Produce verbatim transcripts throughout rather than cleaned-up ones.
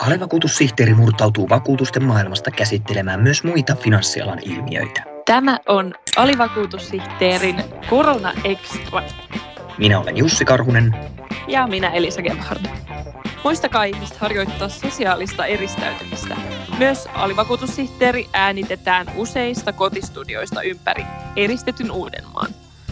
Alivakuutussihteeri murtautuu vakuutusten maailmasta käsittelemään myös muita finanssialan ilmiöitä. Tämä on alivakuutussihteerin Korona Extra. Minä olen Jussi Karhunen. Ja minä Elisa Gebhard. Muistakaa ihmiset harjoittaa sosiaalista eristäytymistä. Myös alivakuutussihteeri äänitetään useista kotistudioista ympäri eristetyn Uudenmaan.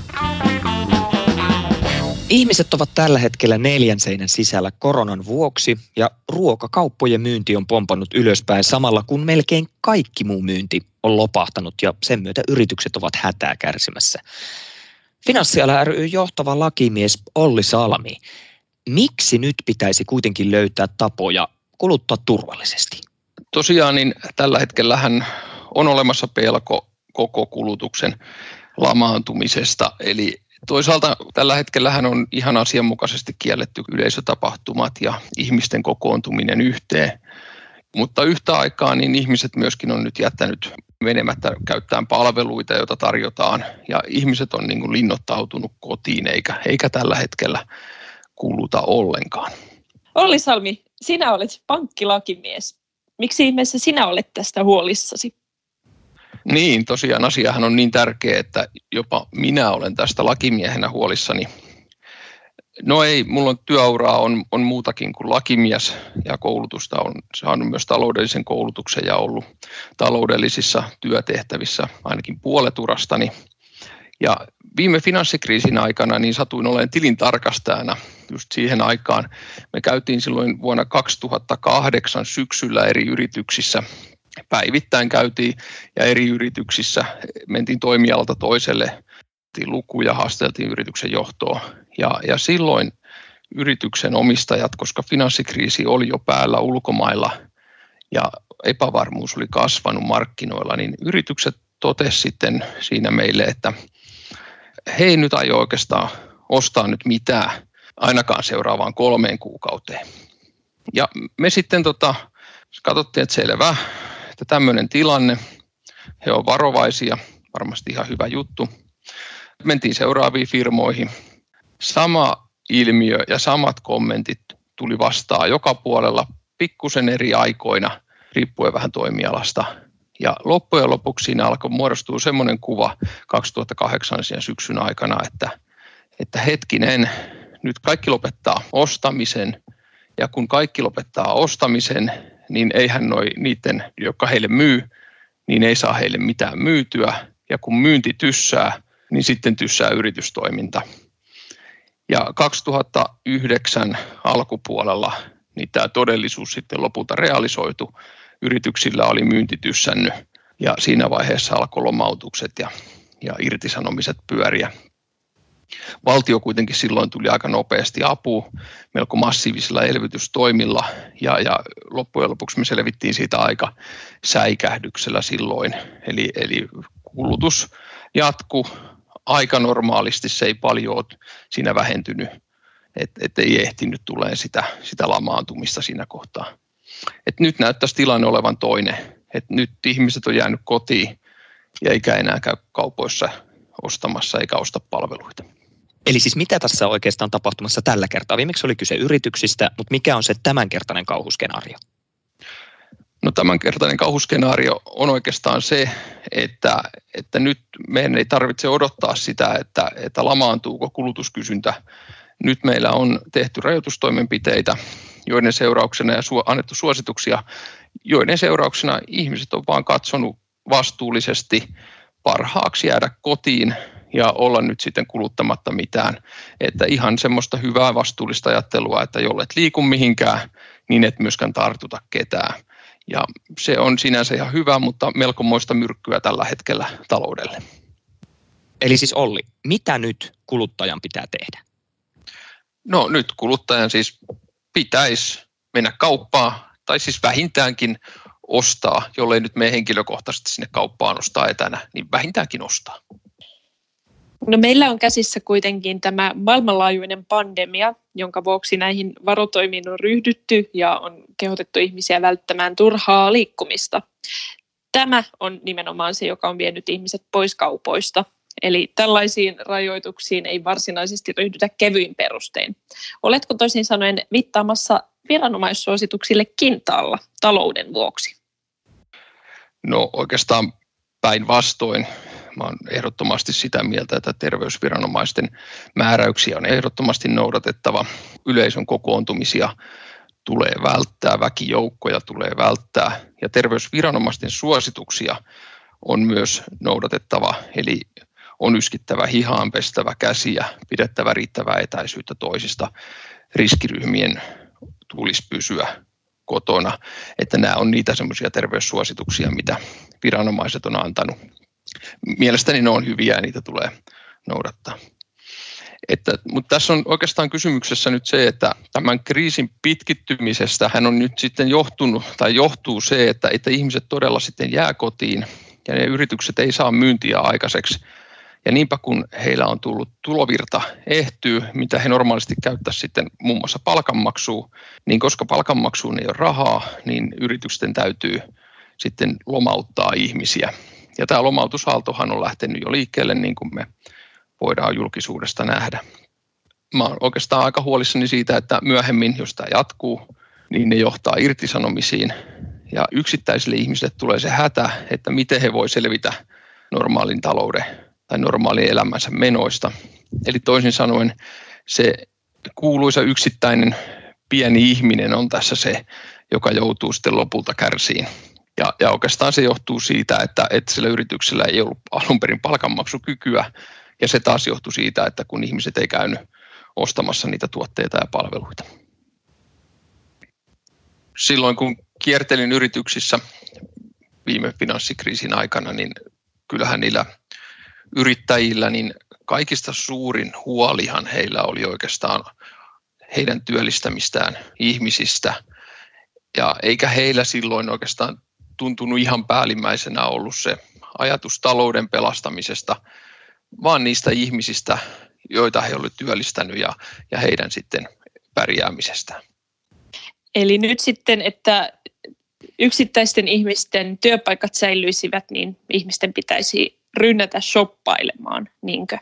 Ihmiset ovat tällä hetkellä neljän seinän sisällä koronan vuoksi ja ruokakauppojen myynti on pompannut ylöspäin samalla kun melkein kaikki muu myynti on lopahtanut ja sen myötä yritykset ovat hätää kärsimässä. Finanssiala ry:n johtava lakimies Olli Salmi. Miksi nyt pitäisi kuitenkin löytää tapoja kuluttaa turvallisesti? Tosiaan niin tällä hetkellähän on olemassa pelko koko kulutuksen lamaantumisesta. Eli toisaalta tällä hetkellähän on ihan asianmukaisesti kielletty yleisötapahtumat ja ihmisten kokoontuminen yhteen. Mutta yhtä aikaa niin ihmiset myöskin on nyt jättänyt menemättä käyttämään palveluita, joita tarjotaan. Ja ihmiset on niin kuin linnoittautunut kotiin eikä, eikä tällä hetkellä kuluta ollenkaan. Olli Salmi, sinä olet pankkilakimies. Miksi ihmeessä sinä olet tästä huolissasi? Niin, tosiaan asiahan on niin tärkeä, että jopa minä olen tästä lakimiehenä huolissani. No ei, mulla on työuraa on, on muutakin kuin lakimies ja koulutusta on saanut myös taloudellisen koulutuksen ja ollut taloudellisissa työtehtävissä ainakin puolet urastani. Ja viime finanssikriisin aikana niin satuin olemaan tilintarkastajana just siihen aikaan. Me käytiin silloin vuonna kaksituhattakahdeksan syksyllä eri yrityksissä. Päivittäin käytiin ja eri yrityksissä mentiin toimialalta toiselle, lukuja, haasteltiin yrityksen johtoa. Ja, ja silloin yrityksen omistajat, koska finanssikriisi oli jo päällä ulkomailla ja epävarmuus oli kasvanut markkinoilla, niin yritykset totesivat sitten siinä meille, että he ei nyt aio oikeastaan ostaa nyt mitään ainakaan seuraavaan kolmeen kuukauteen. Ja me sitten tota, katsottiin, että selvä, että tämmöinen tilanne, he ovat varovaisia, varmasti ihan hyvä juttu. Mentiin seuraaviin firmoihin. Sama ilmiö ja samat kommentit tuli vastaan joka puolella pikkusen eri aikoina, riippuen vähän toimialasta. Ja loppujen lopuksi siinä alkoi muodostua semmoinen kuva kaksituhattakahdeksan syksyn aikana, että, että hetkinen, nyt kaikki lopettaa ostamisen. Ja kun kaikki lopettaa ostamisen, niin eihän noi niiden, jotka heille myy, niin ei saa heille mitään myytyä. Ja kun myynti tyssää, niin sitten tyssää yritystoiminta. Ja kaksituhattayhdeksän alkupuolella niin tämä todellisuus sitten lopulta realisoitu. Yrityksillä oli myynti tyssännyt ja siinä vaiheessa alkoi lomautukset ja, ja irtisanomiset pyöriä. Valtio kuitenkin silloin tuli aika nopeasti apuun melko massiivisilla elvytystoimilla ja, ja loppujen lopuksi me selvittiin siitä aika säikähdyksellä silloin. Eli, eli kulutus jatkui aika normaalisti, se ei paljon ole siinä vähentynyt, että et ei ehtinyt tulemaan sitä, sitä lamaantumista siinä kohtaa. Et nyt näyttäisi tilanne olevan toinen, että nyt ihmiset on jäänyt kotiin ja eikä enää käy kaupoissa ostamassa eikä osta palveluita. Eli siis mitä tässä on oikeastaan tapahtumassa tällä kertaa? Viimeksi oli kyse yrityksistä, mutta mikä on se tämänkertainen kauhuskenaario? No tämänkertainen kauhuskenaario on oikeastaan se, että, että nyt meidän ei tarvitse odottaa sitä, että, että lamaantuuko kulutuskysyntä. Nyt meillä on tehty rajoitustoimenpiteitä, joiden seurauksena ja su- annettu suosituksia, joiden seurauksena ihmiset on vaan katsonut vastuullisesti parhaaksi jäädä kotiin ja olla nyt sitten kuluttamatta mitään. Että ihan semmoista hyvää vastuullista ajattelua, että jollet liiku mihinkään, niin et myöskään tartuta ketään. Ja se on sinänsä ihan hyvä, mutta melkomoista myrkkyä tällä hetkellä taloudelle. Eli siis Olli, mitä nyt kuluttajan pitää tehdä? No nyt kuluttajan siis pitäisi mennä kauppaan tai siis vähintäänkin ostaa, jollei nyt mene henkilökohtaisesti sinne kauppaan ostaa etänä, niin vähintäänkin ostaa. No meillä on käsissä kuitenkin tämä maailmanlaajuinen pandemia, jonka vuoksi näihin varotoimiin on ryhdytty ja on kehotettu ihmisiä välttämään turhaa liikkumista. Tämä on nimenomaan se, joka on vienyt ihmiset pois kaupoista. Eli tällaisiin rajoituksiin ei varsinaisesti ryhdytä kevyin perustein. Oletko toisin sanoen viittaamassa viranomaissuosituksille kintaalla talouden vuoksi? No oikeastaan päinvastoin. Mä oon ehdottomasti sitä mieltä, että terveysviranomaisten määräyksiä on ehdottomasti noudatettava. Yleisön kokoontumisia tulee välttää, väkijoukkoja tulee välttää ja terveysviranomaisten suosituksia on myös noudatettava, eli on yskittävä hihaan, pestävä käsiä, pidettävä riittävää etäisyyttä toisista, riskiryhmien tulisi pysyä kotona, että nämä on niitä semmoisia terveyssuosituksia, mitä viranomaiset on antanut. Mielestäni ne on hyviä ja niitä tulee noudattaa. Että, mutta tässä on oikeastaan kysymyksessä nyt se, että tämän kriisin pitkittymisestä hän on nyt sitten johtunut tai johtuu se, että, että ihmiset todella sitten jää kotiin ja ne yritykset ei saa myyntiä aikaiseksi. Ja niinpä kun heillä on tullut tulovirta ehtyy, mitä he normaalisti käyttäisivät sitten muun muassa palkanmaksuun, niin koska palkanmaksuun ei ole rahaa, niin yritysten täytyy sitten lomauttaa ihmisiä. Ja tämä lomautusaaltohan on lähtenyt jo liikkeelle, niin kuin me voidaan julkisuudesta nähdä. Mä olen oikeastaan aika huolissani siitä, että myöhemmin, jos tämä jatkuu, niin ne johtaa irtisanomisiin. Ja yksittäisille ihmisille tulee se hätä, että miten he voi selvitä normaalin talouden tai normaalin elämänsä menoista. Eli toisin sanoen se kuuluisa yksittäinen pieni ihminen on tässä se, joka joutuu sitten lopulta kärsiin. Ja, ja oikeastaan se johtuu siitä, että, että sillä yrityksellä ei ollut alun perin palkanmaksukykyä, ja se taas johtuu siitä, että kun ihmiset ei käynyt ostamassa niitä tuotteita ja palveluita. Silloin kun kiertelin yrityksissä viime finanssikriisin aikana, niin kyllähän niillä yrittäjillä niin kaikista suurin huolihan heillä oli oikeastaan heidän työllistämistään ihmisistä. Ja eikä heillä silloin oikeastaan tuntunut ihan päällimmäisenä ollut se ajatus talouden pelastamisesta, vaan niistä ihmisistä, joita he olivat työllistänyt ja, ja heidän sitten pärjäämisestään. Eli nyt sitten, että yksittäisten ihmisten työpaikat säilyisivät, niin ihmisten pitäisi rynnätä shoppailemaan, niinkö?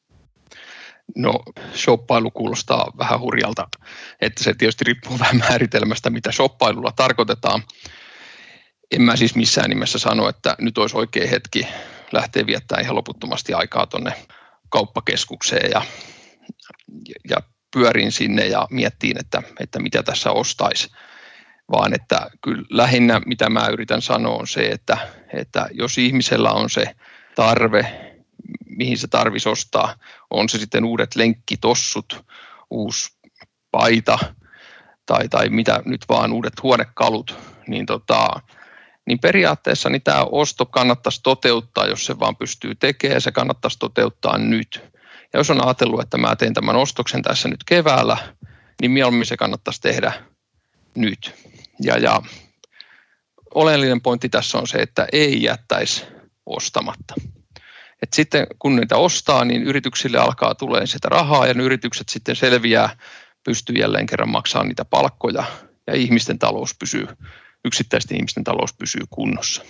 No, shoppailu kuulostaa vähän hurjalta, että se tietysti riippuu vähän määritelmästä, mitä shoppailulla tarkoitetaan. En mä siis missään nimessä sano, että nyt olisi oikea hetki lähteä viettämään ihan loputtomasti aikaa tuonne kauppakeskukseen ja, ja pyörin sinne ja miettiin, että, että mitä tässä ostaisi. Vaan että kyllä lähinnä mitä mä yritän sanoa on se, että, että jos ihmisellä on se tarve, mihin se tarvitsisi ostaa, on se sitten uudet lenkkitossut, uusi paita tai, tai mitä nyt vaan uudet huonekalut, niin, tota, niin periaatteessa niin tämä osto kannattaisi toteuttaa, jos se vaan pystyy tekemään, se kannattaisi toteuttaa nyt. Ja jos on ajatellut, että mä teen tämän ostoksen tässä nyt keväällä, niin mieluummin se kannattaisi tehdä nyt. Ja, ja oleellinen pointti tässä on se, että ei jättäisi ostamatta. Et sitten kun niitä ostaa, niin yrityksille alkaa tulee sitä rahaa ja ne yritykset sitten selviää, pystyy jälleen kerran maksamaan niitä palkkoja ja ihmisten talous pysyy, yksittäisten ihmisten talous pysyy kunnossa.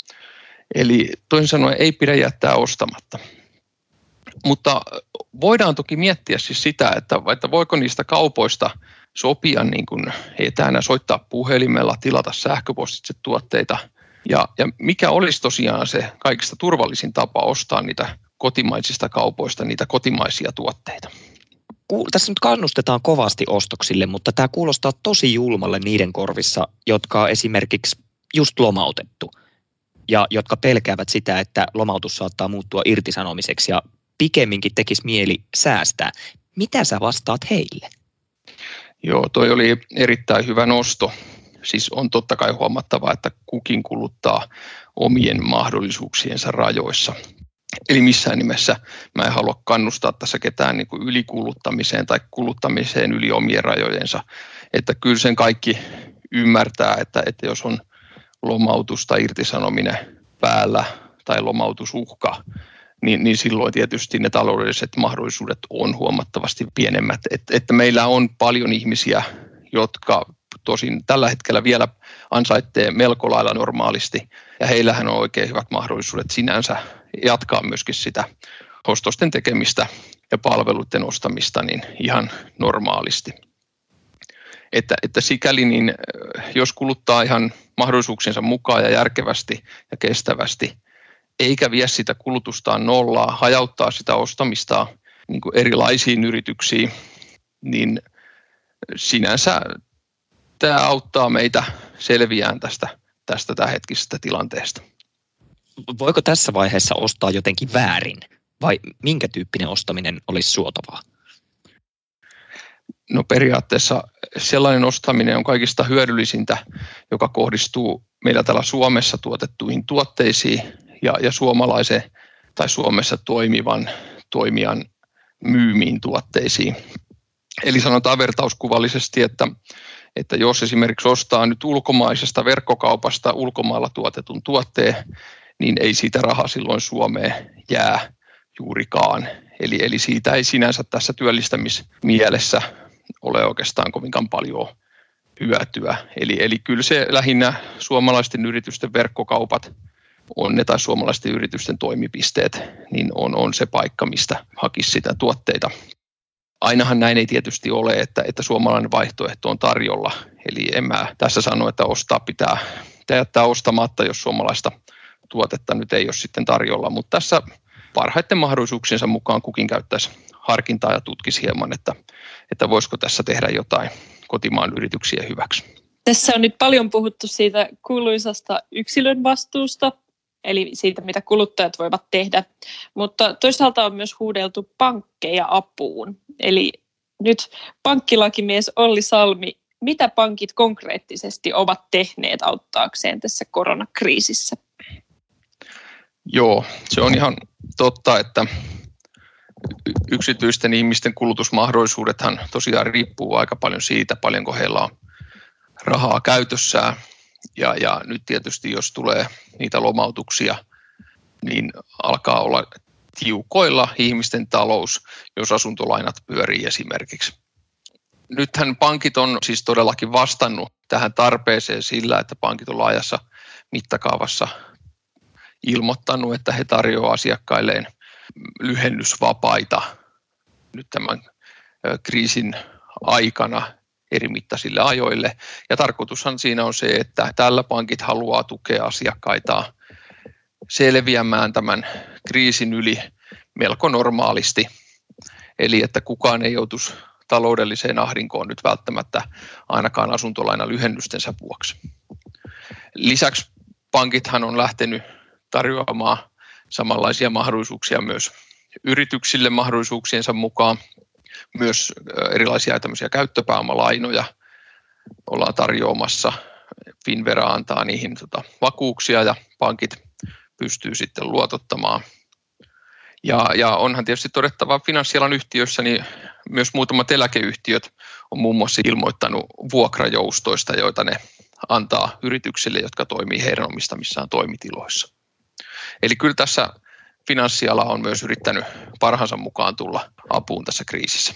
Eli toisin sanoen ei pidä jättää ostamatta. Mutta voidaan toki miettiä siis sitä, että, että voiko niistä kaupoista sopia niin kuin etänä, soittaa puhelimella, tilata sähköpostitse tuotteita. Ja, ja mikä olisi tosiaan se kaikista turvallisin tapa ostaa niitä kotimaisista kaupoista, niitä kotimaisia tuotteita? Tässä nyt kannustetaan kovasti ostoksille, mutta tämä kuulostaa tosi julmalle niiden korvissa, jotka on esimerkiksi just lomautettu ja jotka pelkäävät sitä, että lomautus saattaa muuttua irtisanomiseksi ja pikemminkin tekisi mieli säästää. Mitä sä vastaat heille? Joo, toi oli erittäin hyvä nosto. Siis on totta kai huomattava, että kukin kuluttaa omien mahdollisuuksiensa rajoissa. Eli missään nimessä mä en halua kannustaa tässä ketään niin kuin ylikuluttamiseen tai kuluttamiseen yli omien rajojensa. Että kyllä sen kaikki ymmärtää, että, että jos on lomautus tai irtisanominen päällä tai lomautusuhka, niin, niin silloin tietysti ne taloudelliset mahdollisuudet on huomattavasti pienemmät. Et, että meillä on paljon ihmisiä, jotka tosin tällä hetkellä vielä ansaittee melko lailla normaalisti, ja heillähän on oikein hyvät mahdollisuudet sinänsä jatkaa myöskin sitä ostosten tekemistä ja palveluiden ostamista niin ihan normaalisti. Että, että sikäli niin jos kuluttaa ihan mahdollisuuksiensa mukaan ja järkevästi ja kestävästi, eikä vie sitä kulutustaan nollaa, hajauttaa sitä ostamista niin kuin erilaisiin yrityksiin, niin sinänsä tämä auttaa meitä selviään tästä, tästä tämänhetkisestä tilanteesta. Voiko tässä vaiheessa ostaa jotenkin väärin vai minkä tyyppinen ostaminen olisi suotavaa? No periaatteessa sellainen ostaminen on kaikista hyödyllisintä, joka kohdistuu meillä täällä Suomessa tuotettuihin tuotteisiin ja, ja suomalaisen tai Suomessa toimivan toimijan myymiin tuotteisiin. Eli sanotaan vertauskuvallisesti, että, että jos esimerkiksi ostaa nyt ulkomaisesta verkkokaupasta ulkomailla tuotetun tuotteen, niin ei siitä raha silloin Suomeen jää juurikaan. Eli, eli siitä ei sinänsä tässä työllistämismielessä ole oikeastaan kovinkaan paljon hyötyä. Eli, eli kyllä se lähinnä suomalaisten yritysten verkkokaupat on ne tai suomalaisten yritysten toimipisteet, niin on, on se paikka, mistä hakisi sitä tuotteita. Ainahan näin ei tietysti ole, että, että suomalainen vaihtoehto on tarjolla. Eli en mä tässä sano, että ostaa pitää, pitää jättää ostamatta, jos suomalaista tuotetta nyt ei ole sitten tarjolla. Mutta tässä parhaiten mahdollisuuksiensa mukaan kukin käyttäisi harkintaa ja tutkisi hieman, että, että voisiko tässä tehdä jotain kotimaan yrityksien hyväksi. Tässä on nyt paljon puhuttu siitä kuuluisasta yksilön vastuusta, eli siitä, mitä kuluttajat voivat tehdä, mutta toisaalta on myös huudeltu pankkeja apuun. Eli nyt pankkilakimies Olli Salmi, mitä pankit konkreettisesti ovat tehneet auttaakseen tässä koronakriisissä? Joo, se on ihan totta, että yksityisten ihmisten kulutusmahdollisuudethan tosiaan riippuu aika paljon siitä, paljonko heillä on rahaa käytössään. Ja, ja nyt tietysti, jos tulee niitä lomautuksia, niin alkaa olla tiukoilla ihmisten talous, jos asuntolainat pyörii esimerkiksi. Nythän pankit on siis todellakin vastannut tähän tarpeeseen sillä, että pankit on laajassa mittakaavassa ilmoittanut, että he tarjoavat asiakkailleen lyhennysvapaita nyt tämän kriisin aikana eri mittaisille ajoille. Ja tarkoitushan siinä on se, että tällä pankit haluaa tukea asiakkaitaan selviämään tämän kriisin yli melko normaalisti. Eli että kukaan ei joutuisi taloudelliseen ahdinkoon nyt välttämättä ainakaan asuntolainan lyhennystensä vuoksi. Lisäksi pankithan on lähtenyt tarjoamaan samanlaisia mahdollisuuksia myös yrityksille mahdollisuuksiensa mukaan. Myös erilaisia tämmöisiä käyttöpääomalainoja ollaan tarjoamassa. Finnvera antaa niihin tota, vakuuksia ja pankit pystyy sitten luotottamaan. Ja, ja onhan tietysti todettava finanssialan yhtiöissä, niin myös muutamat eläkeyhtiöt on muun muassa ilmoittanut vuokrajoustoista, joita ne antaa yrityksille, jotka toimii heidän omistamissaan toimitiloissa. Eli kyllä tässä finanssiala on myös yrittänyt parhaansa mukaan tulla apuun tässä kriisissä.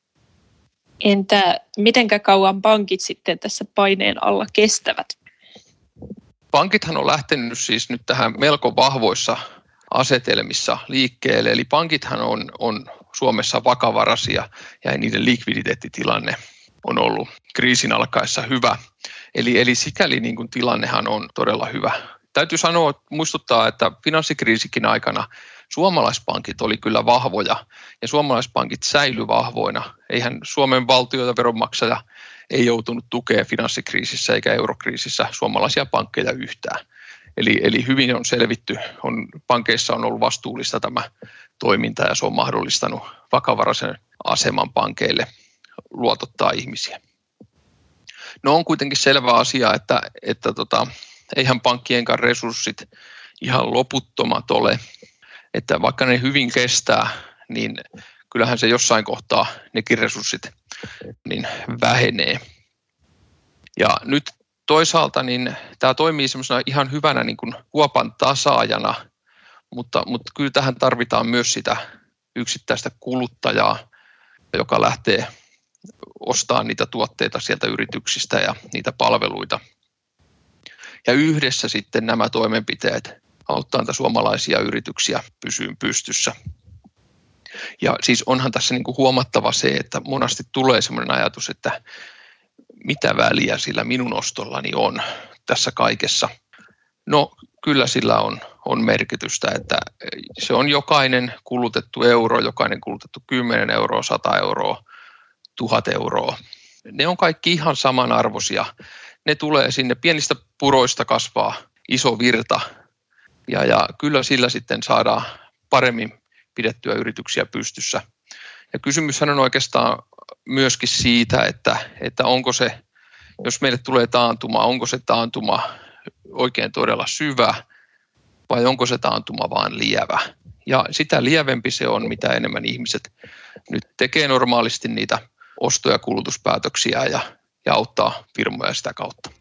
Entä mitenkä kauan pankit sitten tässä paineen alla kestävät? Pankithan on lähtenyt siis nyt tähän melko vahvoissa asetelmissa liikkeelle, eli pankithan on, on Suomessa vakavaraisia ja niiden likviditeettitilanne on ollut kriisin alkaessa hyvä. Eli, eli sikäli niin kuin tilannehan on todella hyvä. Täytyy sanoa, muistuttaa, että finanssikriisikin aikana suomalaispankit oli kyllä vahvoja ja suomalaispankit säilyi vahvoina. Eihän Suomen valtio ja veronmaksaja ei joutunut tukemaan finanssikriisissä eikä eurokriisissä suomalaisia pankkeja yhtään. Eli, eli hyvin on selvitty, on, pankeissa on ollut vastuullista tämä toiminta ja se on mahdollistanut vakavaraisen aseman pankeille luotottaa ihmisiä. No on kuitenkin selvä asia, että, että tota, eihän pankkienkaan resurssit ihan loputtomat ole, että vaikka ne hyvin kestää, niin kyllähän se jossain kohtaa nekin resurssit niin vähenee. Ja nyt toisaalta niin tämä toimii semmoisena ihan hyvänä niin kuin kuopan tasaajana, mutta, mutta kyllä tähän tarvitaan myös sitä yksittäistä kuluttajaa, joka lähtee ostamaan niitä tuotteita sieltä yrityksistä ja niitä palveluita. Ja yhdessä sitten nämä toimenpiteet auttaa suomalaisia yrityksiä pysyyn pystyssä. Ja siis onhan tässä niin kuin huomattava se, että monasti tulee sellainen ajatus, että mitä väliä sillä minun ostollani on tässä kaikessa. No kyllä sillä on, on merkitystä, että se on jokainen kulutettu euro, jokainen kulutettu kymmenen euroa, sata euroa, tuhat euroa. Ne on kaikki ihan samanarvoisia. Ne tulee sinne, pienistä puroista kasvaa iso virta ja, ja kyllä sillä sitten saadaan paremmin pidettyä yrityksiä pystyssä. Ja kysymyshän on oikeastaan myöskin siitä, että, että onko se, jos meille tulee taantuma, onko se taantuma oikein todella syvä vai onko se taantuma vaan lievä. Ja sitä lievempi se on, mitä enemmän ihmiset nyt tekee normaalisti niitä osto- ja kulutuspäätöksiä ja, ja auttaa firmoja sitä kautta.